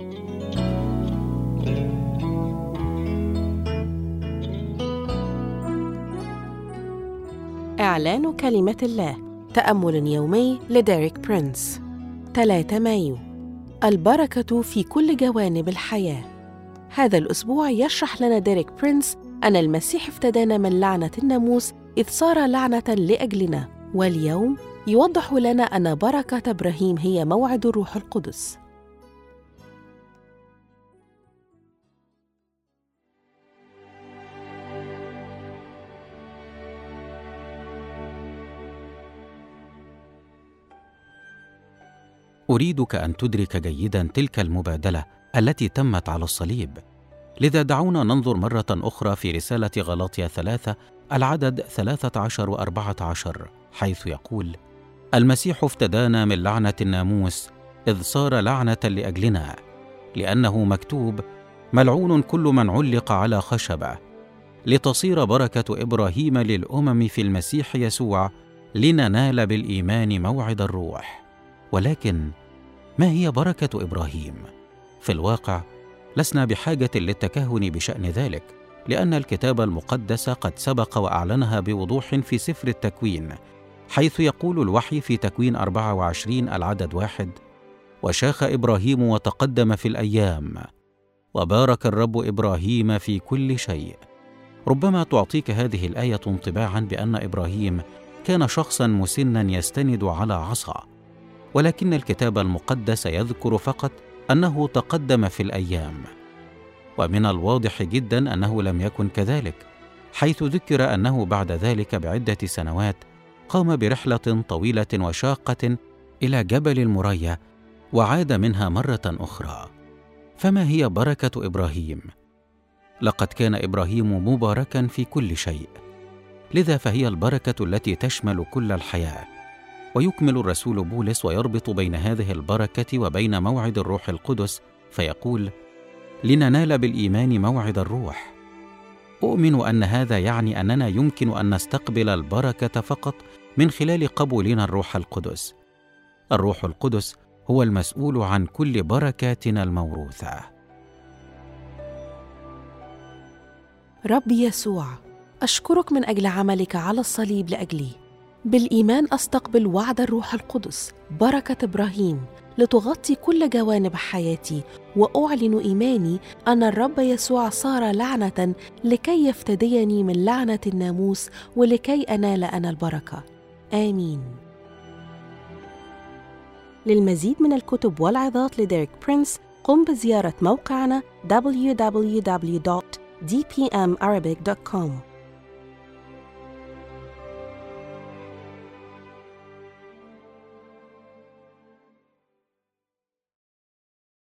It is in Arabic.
إعلان كلمة الله. تأمل يومي لديريك برينس. 3 مايو. البركة في كل جوانب الحياة. هذا الأسبوع يشرح لنا ديريك برينس أن المسيح افتدانا من لعنة الناموس إذ صار لعنة لأجلنا، واليوم يوضح لنا أن بركة إبراهيم هي موعد الروح القدس. أريدك أن تدرك جيداً تلك المبادلة التي تمت على الصليب. لذا دعونا ننظر مرة أخرى في رسالة غلاطيا 3 العدد 13 و14، حيث يقول: المسيح افتدانا من لعنة الناموس إذ صار لعنة لأجلنا، لأنه مكتوب: ملعون كل من علق على خشبة، لتصير بركة إبراهيم للأمم في المسيح يسوع لننال بالإيمان موعد الروح. ولكن ما هي بركة إبراهيم؟ في الواقع لسنا بحاجة للتكهن بشأن ذلك، لأن الكتاب المقدس قد سبق وأعلنها بوضوح في سفر التكوين، حيث يقول الوحي في تكوين 24 العدد 1: وشاخ إبراهيم وتقدم في الأيام، وبارك الرب إبراهيم في كل شيء. ربما تعطيك هذه الآية انطباعا بأن إبراهيم كان شخصا مسنا يستند على عصا، ولكن الكتاب المقدس يذكر فقط أنه تقدم في الأيام، ومن الواضح جدا أنه لم يكن كذلك، حيث ذكر أنه بعد ذلك بعدة سنوات قام برحلة طويلة وشاقة إلى جبل المريا وعاد منها مرة أخرى. فما هي بركة إبراهيم؟ لقد كان إبراهيم مباركا في كل شيء، لذا فهي البركة التي تشمل كل الحياة. ويكمل الرسول بولس ويربط بين هذه البركة وبين موعد الروح القدس فيقول: لننال بالإيمان موعد الروح. أؤمن أن هذا يعني أننا يمكن أن نستقبل البركة فقط من خلال قبولنا الروح القدس. الروح القدس هو المسؤول عن كل بركاتنا الموروثة. رب يسوع، أشكرك من أجل عملك على الصليب لأجلي. بالإيمان أستقبل وعد الروح القدس، بركة إبراهيم، لتغطي كل جوانب حياتي، وأعلن إيماني أن الرب يسوع صار لعنة لكي يفتديني من لعنة الناموس ولكي أنال أنا البركة. آمين. للمزيد من الكتب والعظات لديريك برينس قم بزيارة موقعنا www.dpmarabic.com.